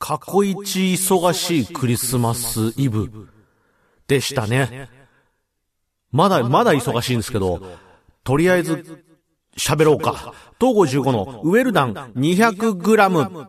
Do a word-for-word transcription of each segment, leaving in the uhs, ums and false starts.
過去一忙しいクリスマスイブでしたね。まだ、まだ忙しいんですけど、とりあえず喋ろうか。東郷じゅうごのウェルダン にひゃくグラム。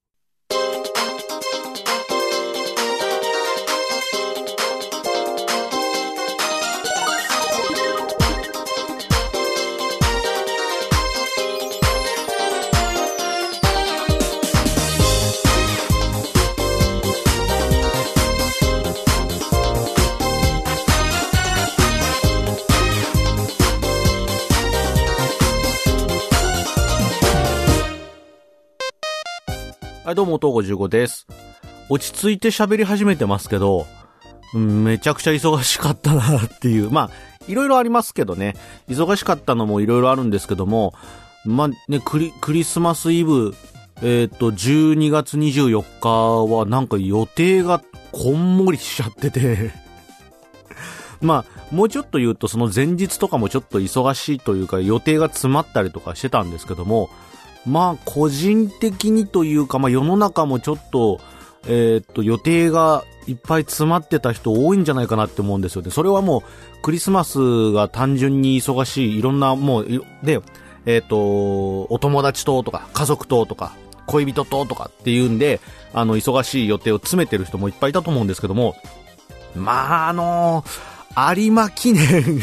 はい、どうも、東郷じゅうごです。落ち着いて喋り始めてますけど、うん、めちゃくちゃ忙しかったなっていう。まあ、いろいろありますけどね。忙しかったのもいろいろあるんですけども、まあね、クリ、クリスマスイブ、えっと、じゅうにがつにじゅうよっかはなんか予定がこんもりしちゃってて。まあ、もうちょっと言うとその前日とかもちょっと忙しいというか予定が詰まったりとかしてたんですけども、まあ個人的にというか、まあ世の中もちょっと、えー、っと予定がいっぱい詰まってた人多いんじゃないかなって思うんですよね。それはもうクリスマスが単純に忙しい、いろんなもう、で、えー、っと、お友達ととか家族ととか恋人ととかっていうんで、あの忙しい予定を詰めてる人もいっぱいいたと思うんですけども、まああの有馬記念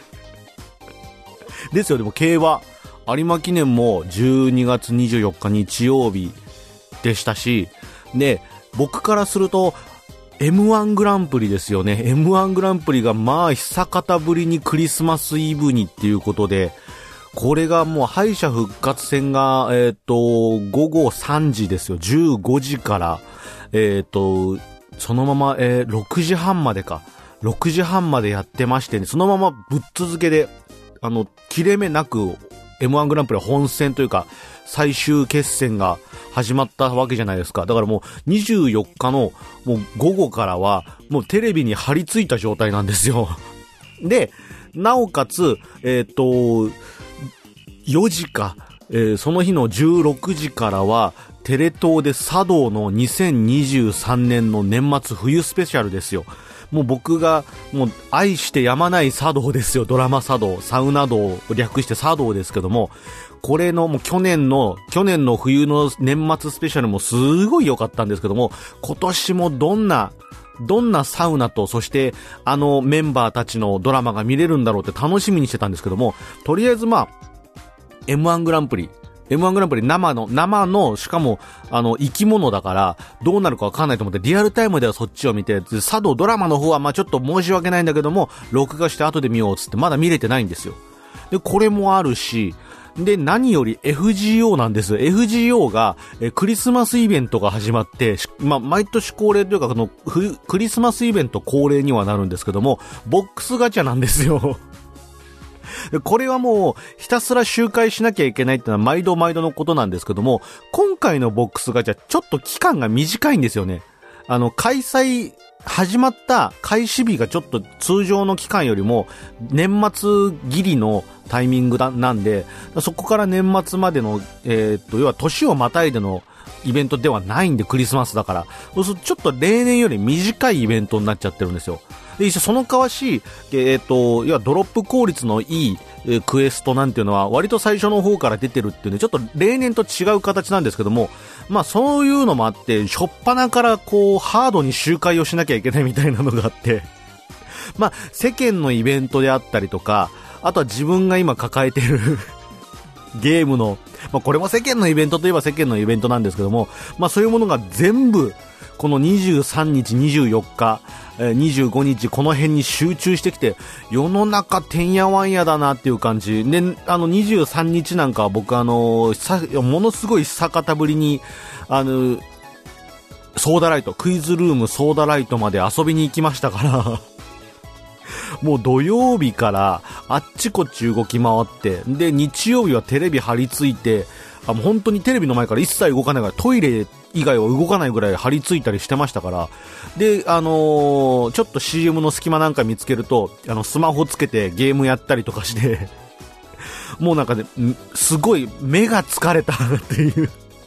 ですよ。でも競馬有馬記念もじゅうにがつにじゅうよっか日曜日でしたし、で、僕からすると エムワン グランプリですよね。エムワン グランプリがまあ久方ぶりにクリスマスイブにっていうことで、これがもう敗者復活戦が、えっと、ごごさんじですよ。じゅうごじから、えっと、そのまま、えー、ろくじはんまでか。ろくじはんまでやってましてね、そのままぶっ続けで、あの、切れ目なく、エムワン グランプリ本戦というか最終決戦が始まったわけじゃないですか。だからもうにじゅうよっかのもう午後からはもうテレビに張り付いた状態なんですよ。で、なおかつ、えっと、よじか、えー、その日のじゅうろくじからはテレ東で茶道のにせんにじゅうさんねんの年末冬スペシャルですよ。もう僕がもう愛してやまない茶道ですよ。ドラマ茶道、サウナ道を略して茶道ですけども、これのもう去年の去年の冬の年末スペシャルもすごい良かったんですけども、今年もどんなどんなサウナと、そしてあのメンバーたちのドラマが見れるんだろうって楽しみにしてたんですけども、とりあえずまあ エムワン グランプリエムワン グランプリ生の、生の、しかも、あの、生き物だから、どうなるかわかんないと思って、リアルタイムではそっちを見て、茶道ドラマの方は、まあちょっと申し訳ないんだけども、録画して後で見ようっつって、まだ見れてないんですよ。で、これもあるし、で、何より エフジーオー なんです。エフジーオー が、え、クリスマスイベントが始まって、まあ、毎年恒例というか、この、クリスマスイベント恒例にはなるんですけども、ボックスガチャなんですよ。これはもうひたすら周回しなきゃいけないってのは毎度毎度のことなんですけども、今回のボックスガチャちょっと期間が短いんですよね。あの開催始まった開始日がちょっと通常の期間よりも年末ギリのタイミングだなんで、そこから年末までのえー、っと要は年をまたいでのイベントではないんで、クリスマスだから、そうするとちょっと例年より短いイベントになっちゃってるんですよ。で、その代わし、えっと、要はドロップ効率のいい、えー、クエストなんていうのは割と最初の方から出てるっていうね、ちょっと例年と違う形なんですけども、まあそういうのもあって、しょっぱなからこうハードに周回をしなきゃいけないみたいなのがあって、まあ世間のイベントであったりとか、あとは自分が今抱えてるゲームの、まあこれも世間のイベントといえば世間のイベントなんですけども、まあそういうものが全部このにじゅうさんにち、にじゅうよっか、にじゅうごにちこの辺に集中してきて、世の中てんやわんやだなっていう感じで、あのにじゅうさんにちなんかは僕あのさものすごい久方ぶりにあのソーダライト、クイズルームソーダライトまで遊びに行きましたからもう土曜日からあっちこっち動き回って、で日曜日はテレビ張り付いて、あもう本当にテレビの前から一切動かないから、トイレ以外は動かないぐらい張り付いたりしてましたから、であのー、ちょっと シーエム の隙間なんか見つけると、あのスマホつけてゲームやったりとかしてもうなんかね、すごい目が疲れたっていう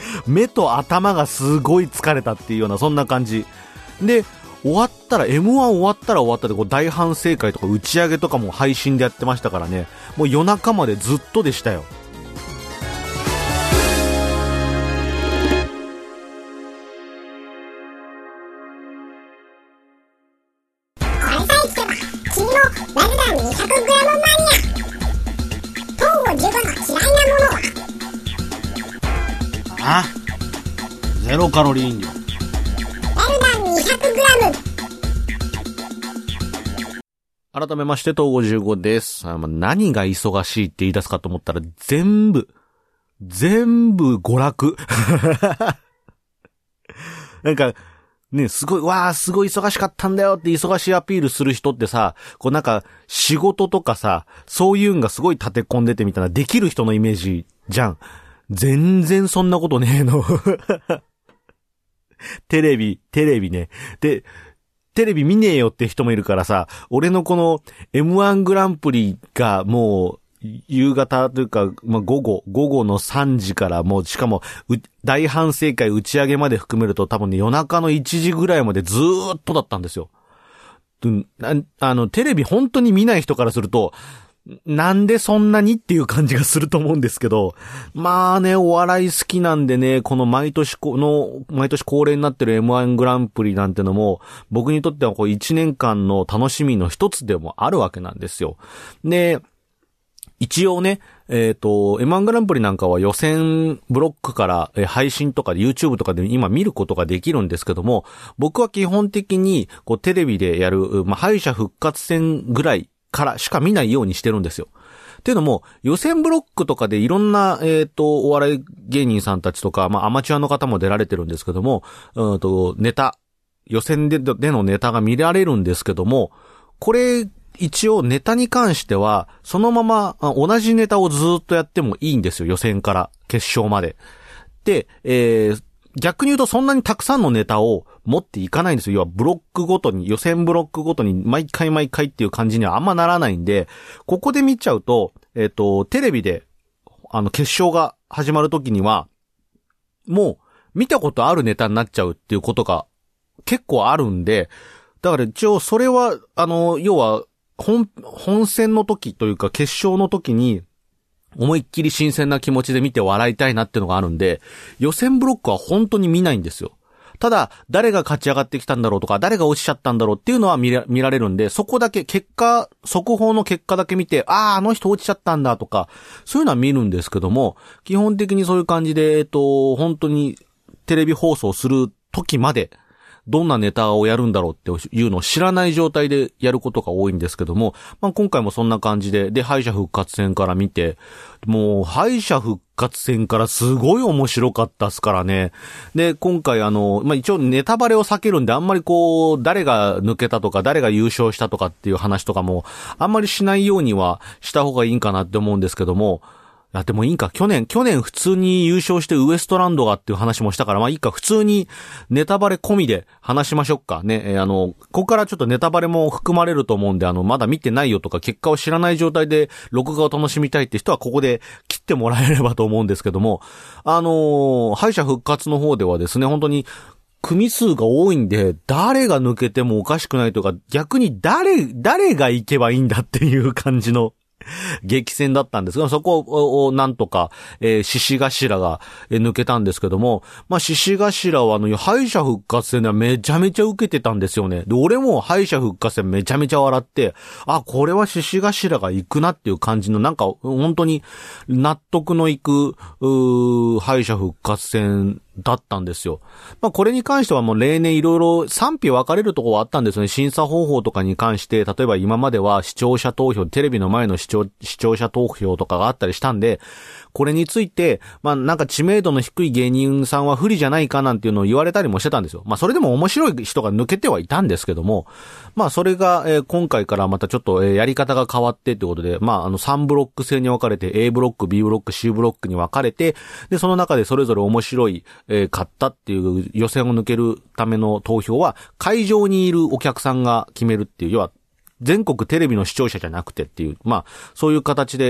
目と頭がすごい疲れたっていうような、そんな感じ。で、終わったら、エムワン 終わったら終わったで、こう大反省会とか打ち上げとかも配信でやってましたからね。もう夜中までずっとでしたよ。あ、ゼロカロリー飲料。エルダン にひゃくグラム。改めまして、東郷じゅうごです。あ、まあ、何が忙しいって言い出すかと思ったら、全部、全部娯楽。なんか、ね、すごい、わー、すごい忙しかったんだよって忙しいアピールする人ってさ、こうなんか、仕事とかさ、そういうんがすごい立て込んでてみたいな、できる人のイメージじゃん。全然そんなことねえの。テレビ、テレビね。で、テレビ見ねえよって人もいるからさ、俺のこの エムワン グランプリがもう、夕方というか、まあ、午後、午後のさんじからもう、しかも、大反省会打ち上げまで含めると多分ね、夜中のいちじぐらいまでずーっとだったんですよ。あの、テレビ本当に見ない人からすると、なんでそんなにっていう感じがすると思うんですけど、まあね、お笑い好きなんでね、この毎年この、毎年恒例になってる エムワン グランプリなんてのも、僕にとってはこういちねんかんの楽しみの一つでもあるわけなんですよ。で、一応ね、えっと、エムワン グランプリなんかは予選ブロックから、え配信とかで YouTube とかで今見ることができるんですけども、僕は基本的にこうテレビでやる、まあ、敗者復活戦ぐらいからしか見ないようにしてるんですよ。っていうのも、予選ブロックとかでいろんな、えっと、お笑い芸人さんたちとか、まあ、アマチュアの方も出られてるんですけども、うんと、ネタ、予選で、でのネタが見られるんですけども、これ、一応ネタに関しては、そのまま同じネタをずっとやってもいいんですよ、予選から決勝まで。で、えー、逆に言うとそんなにたくさんのネタを持っていかないんですよ。要はブロックごとに、予選ブロックごとに毎回毎回っていう感じにはあんまならないんで、ここで見ちゃうと、えっと、テレビで、あの、決勝が始まるときには、もう見たことあるネタになっちゃうっていうことが結構あるんで、だから一応それは、あの、要は、本、本戦の時というか決勝の時に、思いっきり新鮮な気持ちで見て笑いたいなっていうのがあるんで、予選ブロックは本当に見ないんですよ。ただ、誰が勝ち上がってきたんだろうとか、誰が落ちちゃったんだろうっていうのは見ら、見られるんで、そこだけ、結果、速報の結果だけ見て、ああ、あの人落ちちゃったんだとか、そういうのは見るんですけども、基本的にそういう感じで、えっと、本当にテレビ放送する時まで、どんなネタをやるんだろうっていうのを知らない状態でやることが多いんですけども、まあ、今回もそんな感じで、で、敗者復活戦から見て、もう、敗者復活戦からすごい面白かったっすからね。で、今回あの、まあ、一応ネタバレを避けるんで、あんまりこう、誰が抜けたとか、誰が優勝したとかっていう話とかも、あんまりしないようにはした方がいいんかなって思うんですけども、やってもいいんか。去年、去年普通に優勝してウエストランドがっていう話もしたから、まあいいか。普通にネタバレ込みで話しましょうかね。えー、あの、ここからちょっとネタバレも含まれると思うんで、あの、まだ見てないよとか、結果を知らない状態で録画を楽しみたいって人はここで切ってもらえればと思うんですけども、あのー、敗者復活の方ではですね、本当に、組数が多いんで、誰が抜けてもおかしくないとか、逆に誰、誰が行けばいいんだっていう感じの、激戦だったんですが、そこをなんとか、えー、獅子頭が、えー、抜けたんですけども、まあ、獅子頭はあの、敗者復活戦ではめちゃめちゃ受けてたんですよね。で、俺も敗者復活戦めちゃめちゃ笑って、あ、これは獅子頭が行くなっていう感じの、なんか、本当に納得のいく、うー、敗者復活戦だったんですよ。まあこれに関してはもう例年いろいろ賛否分かれるところはあったんですよね。審査方法とかに関して、例えば今までは視聴者投票、テレビの前の視聴、視聴者投票とかがあったりしたんで、これについて、まあなんか知名度の低い芸人さんは不利じゃないかなんていうのを言われたりもしてたんですよ。まあそれでも面白い人が抜けてはいたんですけども、まあそれが、えー、今回からまたちょっと、えー、やり方が変わってってことで、まああのさんブロック制に分かれて A ブロック、B ブロック、C ブロックに分かれて、でその中でそれぞれ面白い、えー、勝ったっていう予選を抜けるための投票は会場にいるお客さんが決めるっていう、要は全国テレビの視聴者じゃなくてっていう、まあそういう形で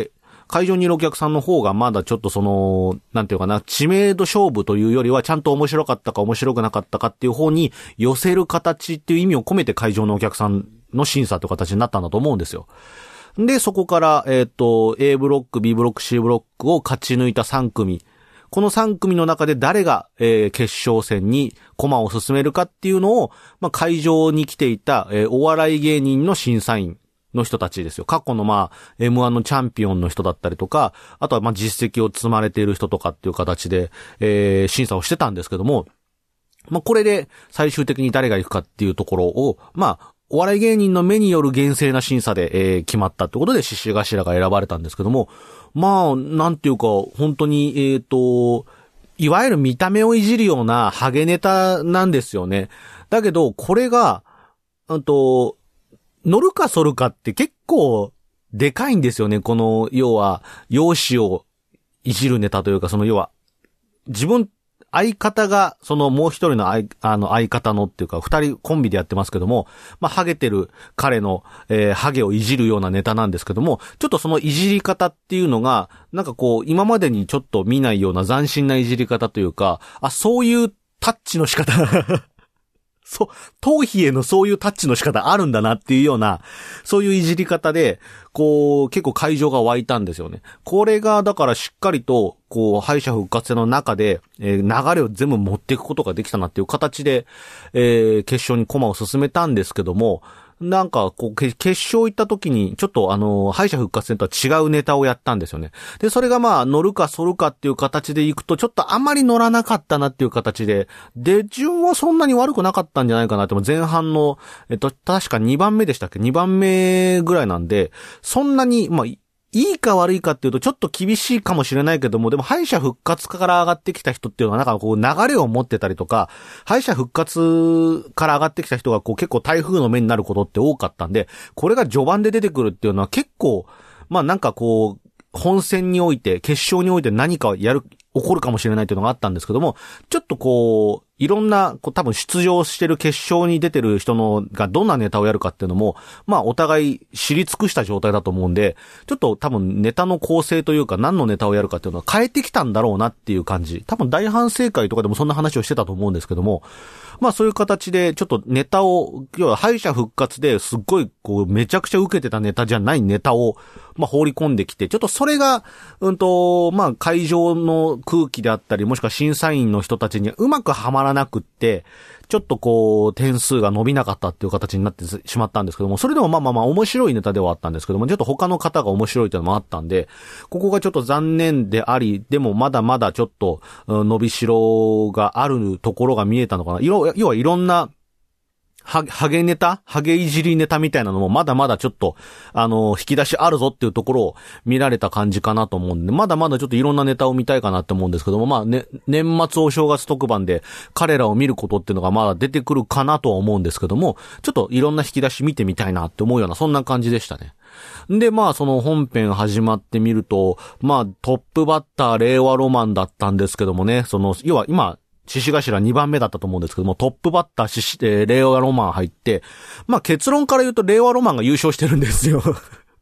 会場にいるお客さんの方がまだちょっとその、なんていうかな、知名度勝負というよりはちゃんと面白かったか面白くなかったかっていう方に寄せる形っていう意味を込めて会場のお客さんの審査という形になったんだと思うんですよ。で、そこから、えっと、A ブロック、B ブロック、C ブロックを勝ち抜いたさん組。このさん組の中で誰が、えー、決勝戦に駒を進めるかっていうのを、まあ、会場に来ていた、えー、お笑い芸人の審査員の人たちですよ。過去のまあ、エムワン のチャンピオンの人だったりとか、あとはまあ、実績を積まれている人とかっていう形で、えー、審査をしてたんですけども、まあ、これで最終的に誰が行くかっていうところを、まあ、お笑い芸人の目による厳正な審査で、えー、決まったってことで獅子頭が選ばれたんですけども、まあ、なんていうか、本当に、えっと、いわゆる見た目をいじるようなハゲネタなんですよね。だけど、これが、うんと、乗るか反るかって結構でかいんですよね。この、要は、容姿をいじるネタというか、その要は、自分、相方が、そのもう一人の相、あの相方のっていうか、二人コンビでやってますけども、まあ、ハゲてる彼の、えー、ハゲをいじるようなネタなんですけども、ちょっとそのいじり方っていうのが、なんかこう、今までにちょっと見ないような斬新ないじり方というか、あ、そういうタッチの仕方、そう、頭皮へのそういうタッチの仕方あるんだなっていうような、そういういじり方で、こう、結構会場が湧いたんですよね。これが、だからしっかりと、こう、敗者復活戦の中で、えー、流れを全部持っていくことができたなっていう形で、えー、決勝に駒を進めたんですけども、なんか、こう、決勝行った時に、ちょっとあの、敗者復活戦とは違うネタをやったんですよね。で、それがまあ、乗るか反るかっていう形で行くと、ちょっとあまり乗らなかったなっていう形で、で、順はそんなに悪くなかったんじゃないかなって、前半の、えっと、確かにばんめでしたっけ ?に 番目ぐらいなんで、そんなに、まあ、いいか悪いかっていうとちょっと厳しいかもしれないけども、でも敗者復活から上がってきた人っていうのはなんかこう流れを持ってたりとか、敗者復活から上がってきた人がこう結構台風の目になることって多かったんで、これが序盤で出てくるっていうのは結構、まあなんかこう、本戦において、決勝において何かやる、起こるかもしれないというのがあったんですけども、ちょっとこう、いろんな、こう多分出場してる決勝に出てる人のがどんなネタをやるかっていうのも、まあお互い知り尽くした状態だと思うんで、ちょっと多分ネタの構成というか何のネタをやるかっていうのは変えてきたんだろうなっていう感じ。多分大反省会とかでもそんな話をしてたと思うんですけども、まあそういう形でちょっとネタを、要は敗者復活ですっごいこうめちゃくちゃ受けてたネタじゃないネタを、まあ放り込んできて、ちょっとそれが、うんと、まあ会場の空気であったり、もしくは審査員の人たちにうまくはまらなくって、ちょっとこう、点数が伸びなかったっていう形になってしまったんですけども、それでもまあまあまあ面白いネタではあったんですけども、ちょっと他の方が面白いっていうのもあったんで、ここがちょっと残念であり、でもまだまだちょっと、うん、伸びしろがあるところが見えたのかな。要はいろんな、は、ハゲネタハゲいじりネタみたいなのもまだまだちょっと、あの、引き出しあるぞっていうところを見られた感じかなと思うんで、まだまだちょっといろんなネタを見たいかなって思うんですけども、まあね、年末お正月特番で彼らを見ることっていうのがまだ出てくるかなとは思うんですけども、ちょっといろんな引き出し見てみたいなって思うような、そんな感じでしたね。で、まあその本編始まってみると、まあトップバッター令和ロマンだったんですけどもね、その、要は今、獅子頭にばんめだったと思うんですけども、トップバッター獅子、えー、令和ロマン入って、まあ結論から言うと令和ロマンが優勝してるんですよ。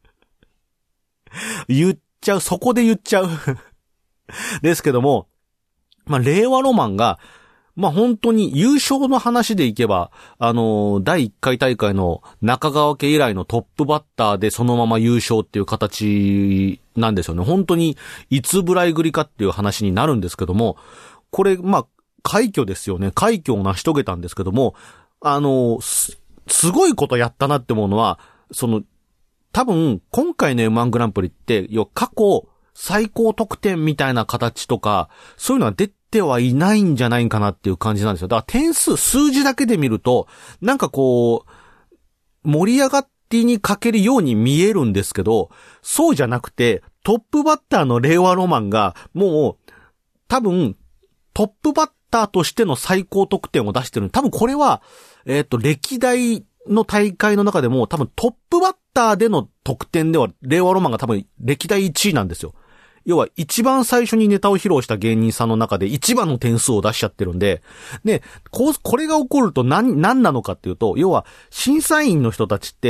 言っちゃう、そこで言っちゃう。ですけども、まあ令和ロマンが、まあ本当に優勝の話でいけば、あのー、だいいっかい大会の中川家以来のトップバッターでそのまま優勝っていう形なんですよね。本当にいつぶらいぐりかっていう話になるんですけども、これ、まあ、快挙ですよね。快挙を成し遂げたんですけども、あの、す、すごいことやったなって思うのは、その、多分、今回の エムワン グランプリって、要は過去最高得点みたいな形とか、そういうのは出てはいないんじゃないかなっていう感じなんですよ。だから点数、数字だけで見ると、なんかこう、盛り上がりに欠けるように見えるんですけど、そうじゃなくて、トップバッターの令和ロマンが、もう、多分、トップバッターとしての最高得点を出してる。多分これは、えっと、歴代の大会の中でも多分トップバッターでの得点では、令和ロマンが多分歴代いちいなんですよ。要は一番最初にネタを披露した芸人さんの中で一番の点数を出しちゃってるんで、で、こう、これが起こると何、何なのかっていうと、要は審査員の人たちって、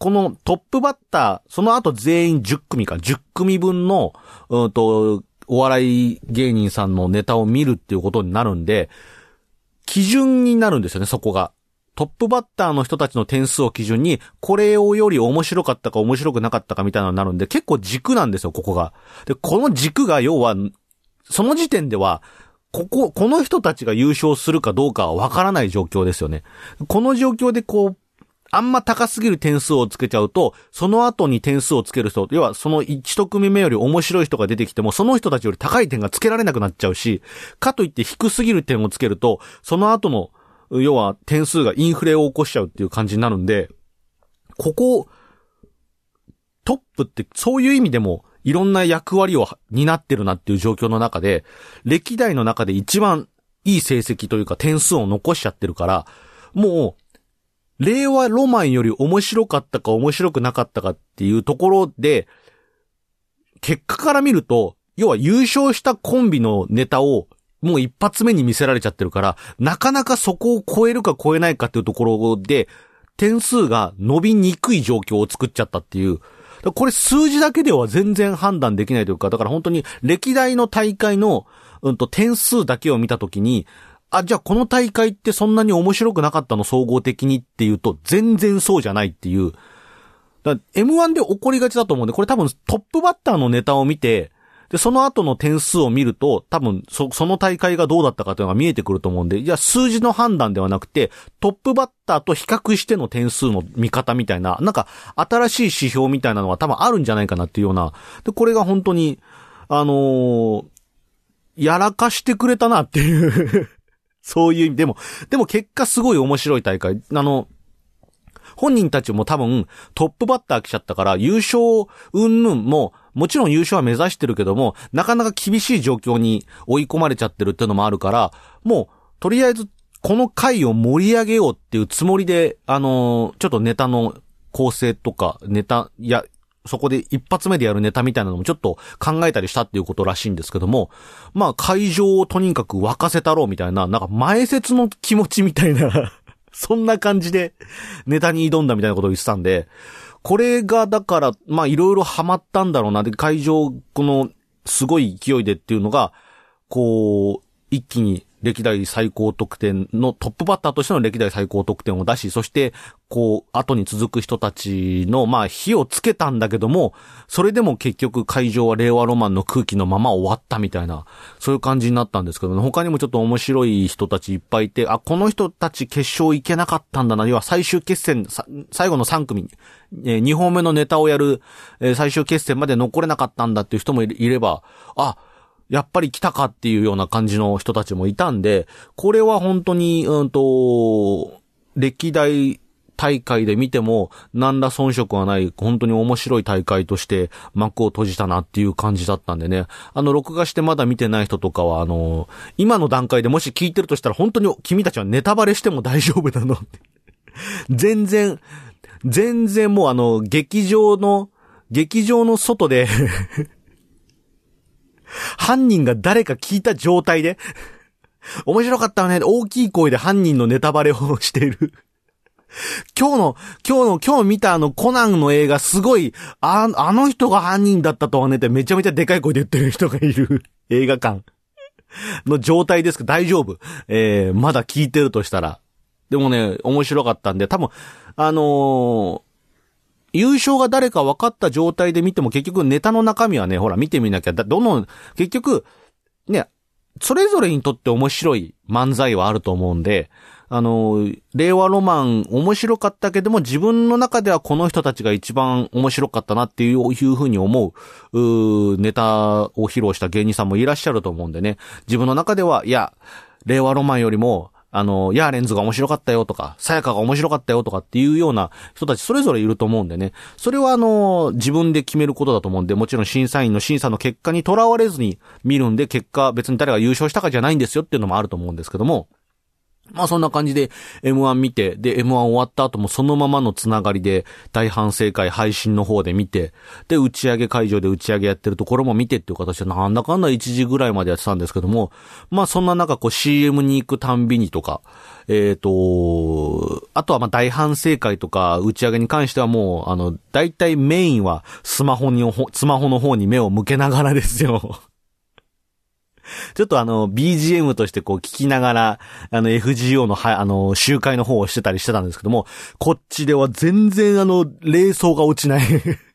このトップバッター、その後全員じゅっくみか、じゅっくみぶんの、うんと、お笑い芸人さんのネタを見るっていうことになるんで、基準になるんですよね、そこが。トップバッターの人たちの点数を基準に、これをより面白かったか面白くなかったかみたいなのになるんで、結構軸なんですよ、ここが。で、この軸が要は、その時点では、ここ、この人たちが優勝するかどうかはわからない状況ですよね。この状況でこう、あんま高すぎる点数をつけちゃうと、その後に点数をつける人、要はその一組目より面白い人が出てきても、その人たちより高い点がつけられなくなっちゃうし、かといって低すぎる点をつけると、その後の、要は点数がインフレを起こしちゃうっていう感じになるんで、ここ、トップってそういう意味でも、いろんな役割を担ってるなっていう状況の中で、歴代の中で一番いい成績というか点数を残しちゃってるから、もう、令和ロマンより面白かったか面白くなかったかっていうところで、結果から見ると、要は優勝したコンビのネタをもう一発目に見せられちゃってるから、なかなかそこを超えるか超えないかっていうところで、点数が伸びにくい状況を作っちゃったっていう。これ数字だけでは全然判断できないというか、だから本当に歴代の大会の、うんと、点数だけを見たときに、あ、じゃあこの大会ってそんなに面白くなかったの総合的にっていうと全然そうじゃないっていう。だ エムワン で起こりがちだと思うんで、これ多分トップバッターのネタを見て、で、その後の点数を見ると多分そ、その大会がどうだったかというのが見えてくると思うんで、じゃあ数字の判断ではなくて、トップバッターと比較しての点数の見方みたいな、なんか新しい指標みたいなのは多分あるんじゃないかなっていうような。で、これが本当に、あのー、やらかしてくれたなっていう。そういう意味でも、でも結果すごい面白い大会。あの、本人たちも多分トップバッター来ちゃったから優勝云々も、もちろん優勝は目指してるけども、なかなか厳しい状況に追い込まれちゃってるっていうのもあるから、もう、とりあえずこの回を盛り上げようっていうつもりで、あの、ちょっとネタの構成とか、ネタ、いや、そこで一発目でやるネタみたいなのもちょっと考えたりしたっていうことらしいんですけども、まあ会場をとにかく沸かせたろうみたいな、なんか前説の気持ちみたいな、そんな感じでネタに挑んだみたいなことを言ってたんで、これがだから、まあいろいろハマったんだろうな。で、会場、このすごい勢いでっていうのが、こう、一気に歴代最高得点のトップバッターとしての歴代最高得点を出し、そして、こう、後に続く人たちの、まあ、火をつけたんだけども、それでも結局会場は令和ロマンの空気のまま終わったみたいな、そういう感じになったんですけどね。他にもちょっと面白い人たちいっぱいいて、あ、この人たち決勝行けなかったんだな。要は最終決戦、最後のさん組、えー、にほんめのネタをやる、えー、最終決戦まで残れなかったんだっていう人もいれば、あ、やっぱり来たかっていうような感じの人たちもいたんで、これは本当に、うんと、歴代大会で見ても何ら遜色はない、本当に面白い大会として幕を閉じたなっていう感じだったんでね。あの、録画してまだ見てない人とかは、あの、今の段階でもし聞いてるとしたら本当に君たちはネタバレしても大丈夫なの全然、全然もうあの、劇場の、劇場の外で、犯人が誰か聞いた状態で面白かったわね。大きい声で犯人のネタバレをしている。今日の、今日の、今日見たあのコナンの映画すごい、あ、あの人が犯人だったとはねってめちゃめちゃでかい声で言ってる人がいる映画館の状態ですけど大丈夫。えー、まだ聞いてるとしたら。でもね、面白かったんで、多分、あのー、優勝が誰か分かった状態で見ても結局ネタの中身はね、ほら見てみなきゃ、どの、結局、ね、それぞれにとって面白い漫才はあると思うんで、あの、令和ロマン面白かったけども自分の中ではこの人たちが一番面白かったなっていう、いうふうに思う、うネタを披露した芸人さんもいらっしゃると思うんでね、自分の中では、いや、令和ロマンよりも、あの、ヤーレンズが面白かったよとか、さやかが面白かったよとかっていうような人たちそれぞれいると思うんでね。それはあの、自分で決めることだと思うんで、もちろん審査員の審査の結果にとらわれずに見るんで、結果別に誰が優勝したかじゃないんですよっていうのもあると思うんですけども、 まあそんな感じで エムワン 見て、で エムワン 終わった後もそのままのつながりで大反省会配信の方で見て、で打ち上げ会場で打ち上げやってるところも見てっていう形でなんだかんだいちじぐらいまでやってたんですけども、まあそんな中こう シーエム に行くたんびにとか、えっと、あとはまあ大反省会とか打ち上げに関してはもうあの大体メインはスマホに、スマホの方に目を向けながらですよ。ちょっとあの ビージーエム としてこう聞きながらあの エフジーオー のはあの集会の方をしてたりしてたんですけども、こっちでは全然あの冷騒が落ちない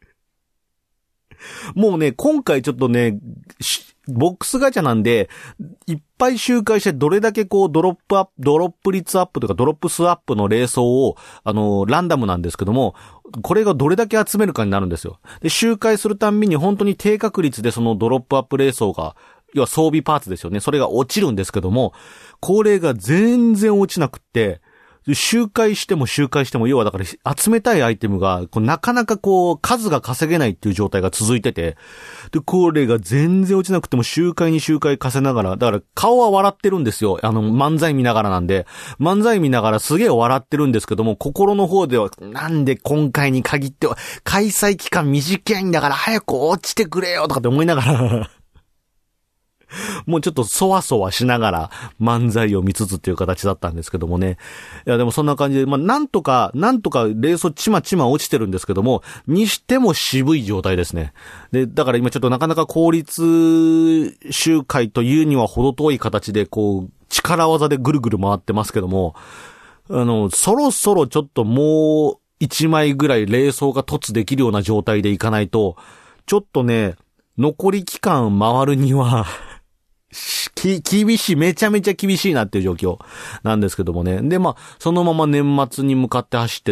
もうね今回ちょっとねボックスガチャなんでいっぱい周回してどれだけこうドロップアップドロップ率アップとかドロップスアップの冷騒をあのランダムなんですけども、これがどれだけ集めるかになるんですよ。で周回するたんびに本当に低確率でそのドロップアップ冷騒が、要は装備パーツですよね。それが落ちるんですけども、これが全然落ちなくって、周回しても周回しても、要はだから集めたいアイテムが、こうなかなかこう数が稼げないっていう状態が続いてて、で、これが全然落ちなくても周回に周回稼げながら、だから顔は笑ってるんですよ。あの、漫才見ながらなんで、漫才見ながらすげえ笑ってるんですけども、心の方では、なんで今回に限っては、開催期間短いんだから早く落ちてくれよとかって思いながら、もうちょっとそわそわしながら漫才を見つつっていう形だったんですけどもね。いやでもそんな感じで、まあなんとか、なんとかレースちまちま落ちてるんですけども、にしても渋い状態ですね。で、だから今ちょっとなかなか効率周回というには程遠い形でこう、力技でぐるぐる回ってますけども、あの、そろそろちょっともう一枚ぐらいレースが突できるような状態でいかないと、ちょっとね、残り期間回るには、き、厳しい、めちゃめちゃ厳しいなっていう状況なんですけどもね。で、まあ、そのまま年末に向かって走ってって、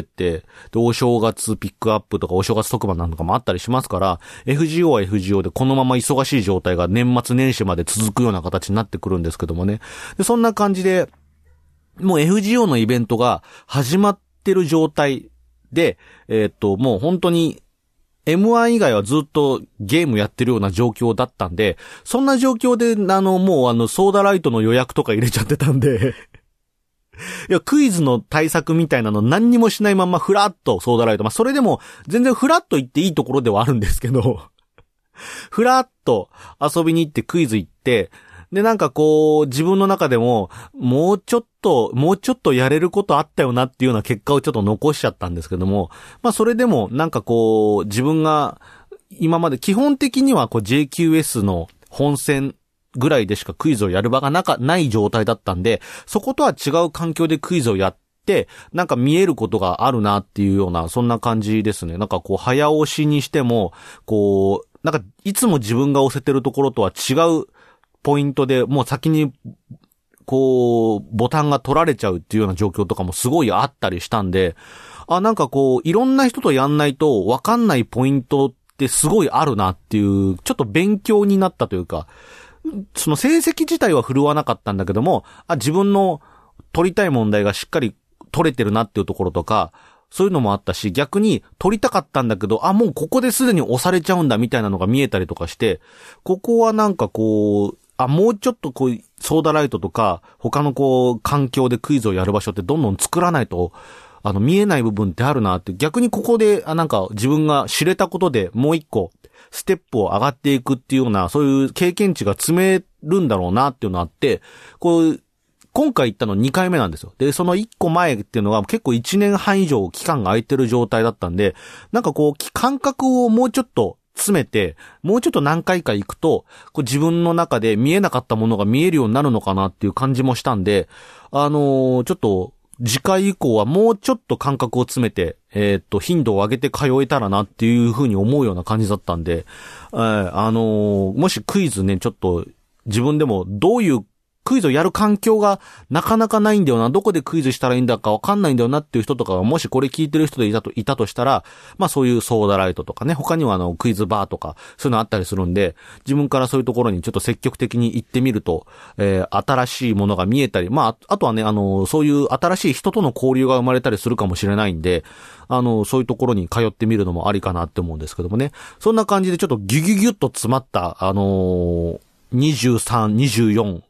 で、お正月ピックアップとかお正月特番なんかもあったりしますから、エフジーオー は エフジーオー でこのまま忙しい状態が年末年始まで続くような形になってくるんですけどもね。で、そんな感じで、もう エフジーオー のイベントが始まってる状態で、えー、っと、もう本当に、エムワン 以外はずっとゲームやってるような状況だったんで、そんな状況で、あの、もうあの、ソーダライトの予約とか入れちゃってたんで、いや、クイズの対策みたいなの何にもしないままフラッとソーダライト。まあ、それでも全然フラッと行っていいところではあるんですけど、フラッと遊びに行ってクイズ行って、で、なんかこう、自分の中でも、もうちょっと、もうちょっとやれることあったよなっていうような結果をちょっと残しちゃったんですけども、まあそれでも、なんかこう、自分が、今まで基本的にはこう ジェイキューエス の本戦ぐらいでしかクイズをやる場がなか、ない状態だったんで、そことは違う環境でクイズをやって、なんか見えることがあるなっていうような、そんな感じですね。なんかこう、早押しにしても、こう、なんかいつも自分が押せてるところとは違う、ポイントでもう先にこうボタンが取られちゃうっていうような状況とかもすごいあったりしたんで、あ、なんかこういろんな人とやんないとわかんないポイントってすごいあるなっていう、ちょっと勉強になったというか、その成績自体は振るわなかったんだけども、あ、自分の取りたい問題がしっかり取れてるなっていうところとか、そういうのもあったし、逆に取りたかったんだけど、あ、もうここですでに押されちゃうんだみたいなのが見えたりとかして、ここはなんかこう、あ、もうちょっとこう、ソーダライトとか、他のこう、環境でクイズをやる場所ってどんどん作らないと、あの、見えない部分ってあるなって、逆にここで、あ、なんか自分が知れたことでもう一個、ステップを上がっていくっていうような、そういう経験値が積めるんだろうなっていうのがあって、こう、今回行ったのにかいめなんですよ。で、そのいっこまえっていうのが結構いちねんはん以上期間が空いてる状態だったんで、なんかこう、感覚をもうちょっと、詰めて、もうちょっと何回か行くと、こう自分の中で見えなかったものが見えるようになるのかなっていう感じもしたんで、あのー、ちょっと、次回以降はもうちょっと感覚を詰めて、えー、っと、頻度を上げて通えたらなっていう風に思うような感じだったんで、えー、あのー、もしクイズね、ちょっと、自分でもどういうクイズをやる環境がなかなかないんだよな、どこでクイズしたらいいんだかわかんないんだよなっていう人とかがもしこれ聞いてる人でいたと、いたとしたら、まあそういうソーダライトとかね、他にはあのクイズバーとかそういうのあったりするんで、自分からそういうところにちょっと積極的に行ってみると、えー、新しいものが見えたり、まああとはね、あのそういう新しい人との交流が生まれたりするかもしれないんで、あのそういうところに通ってみるのもありかなって思うんですけどもね。そんな感じでちょっとギュギュギュッと詰まったあのー、にじゅうさん、にじゅうよん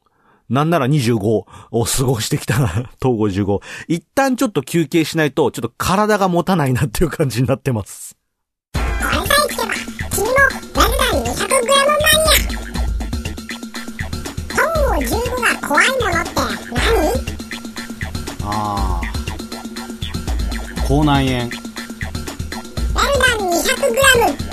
なんならにじゅうごを過ごしてきた東郷じゅうご。一旦ちょっと休憩しないと、ちょっと体が持たないなっていう感じになってます。 これさえ聞けば、君もラルダン にひゃくグラム マニア。東郷じゅうごが怖いものって何？ ああ。口内炎。 ラルダン にひゃくグラム。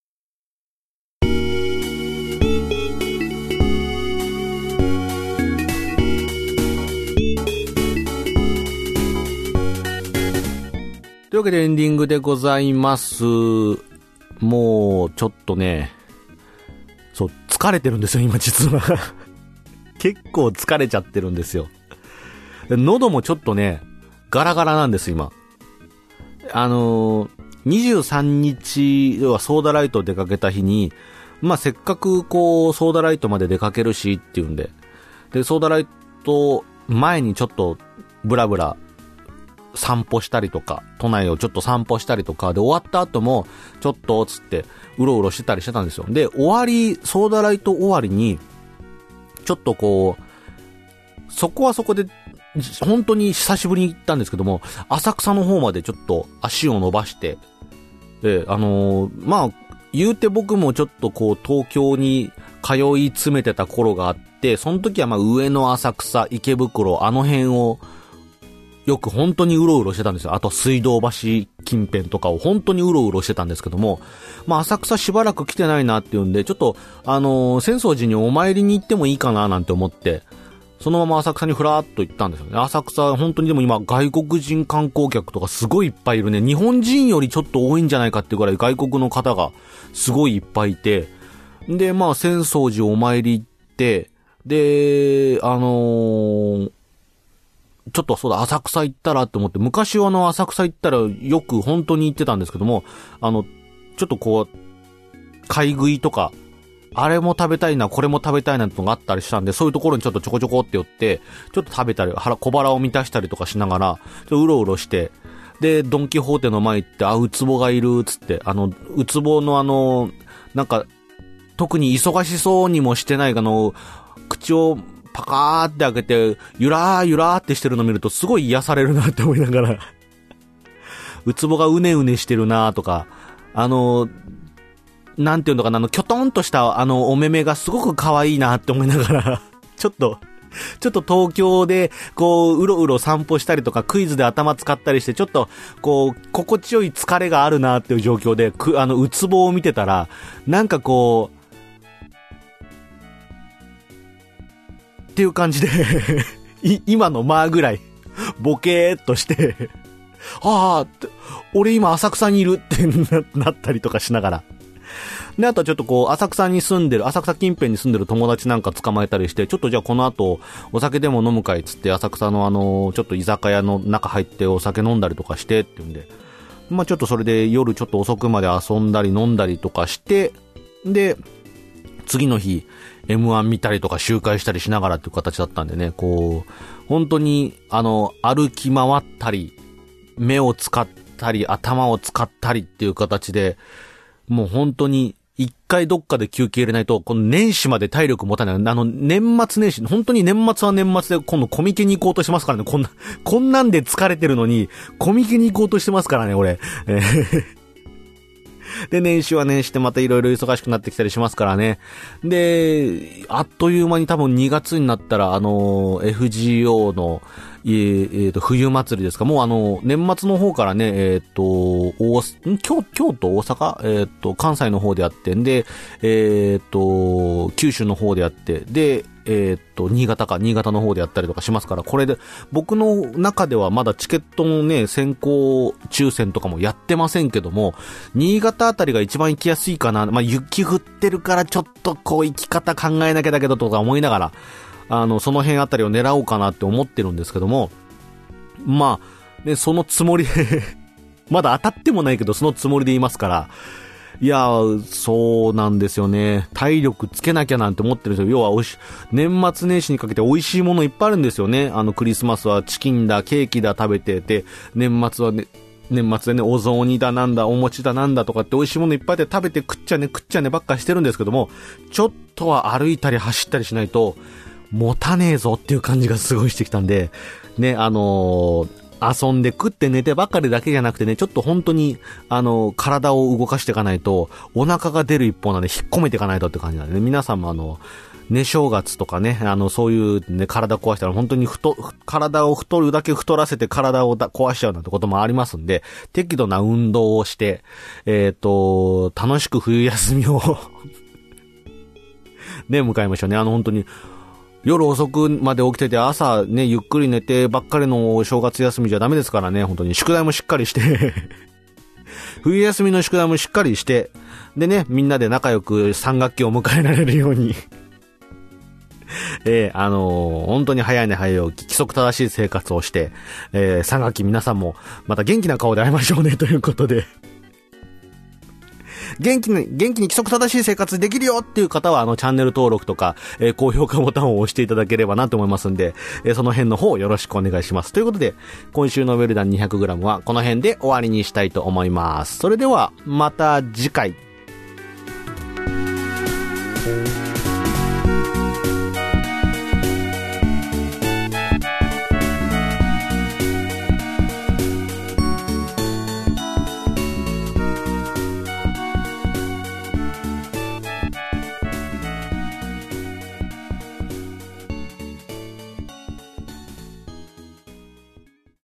というわけでエンディングでございます。もう、ちょっとね、そう、疲れてるんですよ、今実は。結構疲れちゃってるんですよ。喉もちょっとね、ガラガラなんです、今。あのー、にじゅうさんにちはソーダライト出かけた日に、まあ、せっかくこう、ソーダライトまで出かけるしっていうんで、で、ソーダライト前にちょっと、ブラブラ、散歩したりとか、都内をちょっと散歩したりとかで終わった後も、ちょっとつって、うろうろしてたりしてたんですよ。で、終わり、ソーダライト終わりに、ちょっとこう、そこはそこで、本当に久しぶりに行ったんですけども、浅草の方までちょっと足を伸ばして、で、あのー、まあ、言うて僕もちょっとこう、東京に通い詰めてた頃があって、その時はまあ、上野浅草、池袋、あの辺を、よく本当にうろうろしてたんですよ。あと水道橋近辺とかを本当にうろうろしてたんですけども、まあ浅草しばらく来てないなっていうんで、ちょっとあのー、浅草寺にお参りに行ってもいいかななんて思って、そのまま浅草にふらーっと行ったんですよね。浅草本当にでも今外国人観光客とかすごいいっぱいいるね。日本人よりちょっと多いんじゃないかっていうぐらい外国の方がすごいいっぱいいて、でまあ浅草寺お参り行って、であのーちょっとそうだ、浅草行ったらって思って、昔はあの浅草行ったらよく本当に行ってたんですけども、あの、ちょっとこう、買い食いとか、あれも食べたいな、これも食べたいなってのがあったりしたんで、そういうところにちょっとちょこちょこって寄って、ちょっと食べたり、腹、小腹を満たしたりとかしながら、ちょっとうろうろして、で、ドンキホーテの前行って、あ、ウツボがいる、つって、あの、ウツボのあの、なんか、特に忙しそうにもしてないあの、口を、パカーって開けて、ゆらーゆらーってしてるの見るとすごい癒されるなって思いながら、ウツボがうねうねしてるなーとか、あの、なんていうのかな、あの、キョトンとしたあの、お目目がすごく可愛いなって思いながら、ちょっと、ちょっと東京で、こう、うろうろ散歩したりとか、クイズで頭使ったりして、ちょっと、こう、心地よい疲れがあるなっていう状況で、く、あの、ウツボを見てたら、なんかこう、っていう感じでい今の間ぐらいボケーっとしてああ俺今浅草にいるってな, なったりとかしながら、であとはちょっとこう浅草に住んでる浅草近辺に住んでる友達なんか捕まえたりして、ちょっとじゃあこの後お酒でも飲むかいっつって浅草のあのちょっと居酒屋の中入ってお酒飲んだりとかしてっていうんで、まあちょっとそれで夜ちょっと遅くまで遊んだり飲んだりとかして、で次の日エムワン 見たりとか周回したりしながらっていう形だったんでね、こう、本当に、あの、歩き回ったり、目を使ったり、頭を使ったりっていう形で、もう本当に、一回どっかで休憩入れないと、この年始まで体力持たない。あの、年末年始、本当に年末は年末で今度コミケに行こうとしてますからね、こんな、こんなんで疲れてるのに、コミケに行こうとしてますからね、俺。えーで、年始は年始でまたいろいろ忙しくなってきたりしますからね。で、あっという間に多分にがつになったら、あの、エフジーオー の、えー、えーと、冬祭りですか。もうあの、年末の方からね、えっ、ー、と、大、京、京都、大阪えっ、ー、と、関西の方でやってんで、えっ、ー、と、九州の方でやって、で、えっ、と、新潟か、新潟の方でやったりとかしますから、これで、僕の中ではまだチケットのね、先行抽選とかもやってませんけども、新潟あたりが一番行きやすいかな。まあ、雪降ってるからちょっとこう行き方考えなきゃだけどとか思いながら、あの、その辺あたりを狙おうかなって思ってるんですけども、まあ、ね、そのつもりで、まだ当たってもないけど、そのつもりでいますから、いやー、そうなんですよね。体力つけなきゃなんて思ってるんですよ。要はおいし、年末年始にかけて美味しいものいっぱいあるんですよね。あの、クリスマスはチキンだ、ケーキだ食べてて、年末はね、年末でね、お雑煮だなんだ、お餅だなんだとかって美味しいものいっぱいで食べて食っちゃね、食っちゃねばっかしてるんですけども、ちょっとは歩いたり走ったりしないと、 持たねえぞっていう感じがすごいしてきたんで、ね、あのー、遊んで食って寝てばっかりだけじゃなくてね、ちょっと本当に、あのー、体を動かしていかないと、お腹が出る一方なんで引っ込めていかないとって感じなんでね、皆さんもあの、ね、正月とかね、あの、そういうね、体壊したら本当に太、体を太るだけ太らせて体をだ壊しちゃうなんてこともありますんで、適度な運動をして、えっと、楽しく冬休みをね、迎えましょうね。あの、本当に、夜遅くまで起きてて朝ね、ゆっくり寝てばっかりの正月休みじゃダメですからね、本当に宿題もしっかりして冬休みの宿題もしっかりして、でね、みんなで仲良くさん学期を迎えられるようにえー、あのー、本当に早いね早起き、規則正しい生活をして、えー、さん学期皆さんもまた元気な顔で会いましょうねということで元気に、元気に規則正しい生活できるよっていう方は、あの、チャンネル登録とか、えー、高評価ボタンを押していただければなと思いますんで、えー、その辺の方よろしくお願いします。ということで、今週のウェルダン にひゃくグラム はこの辺で終わりにしたいと思います。それでは、また次回。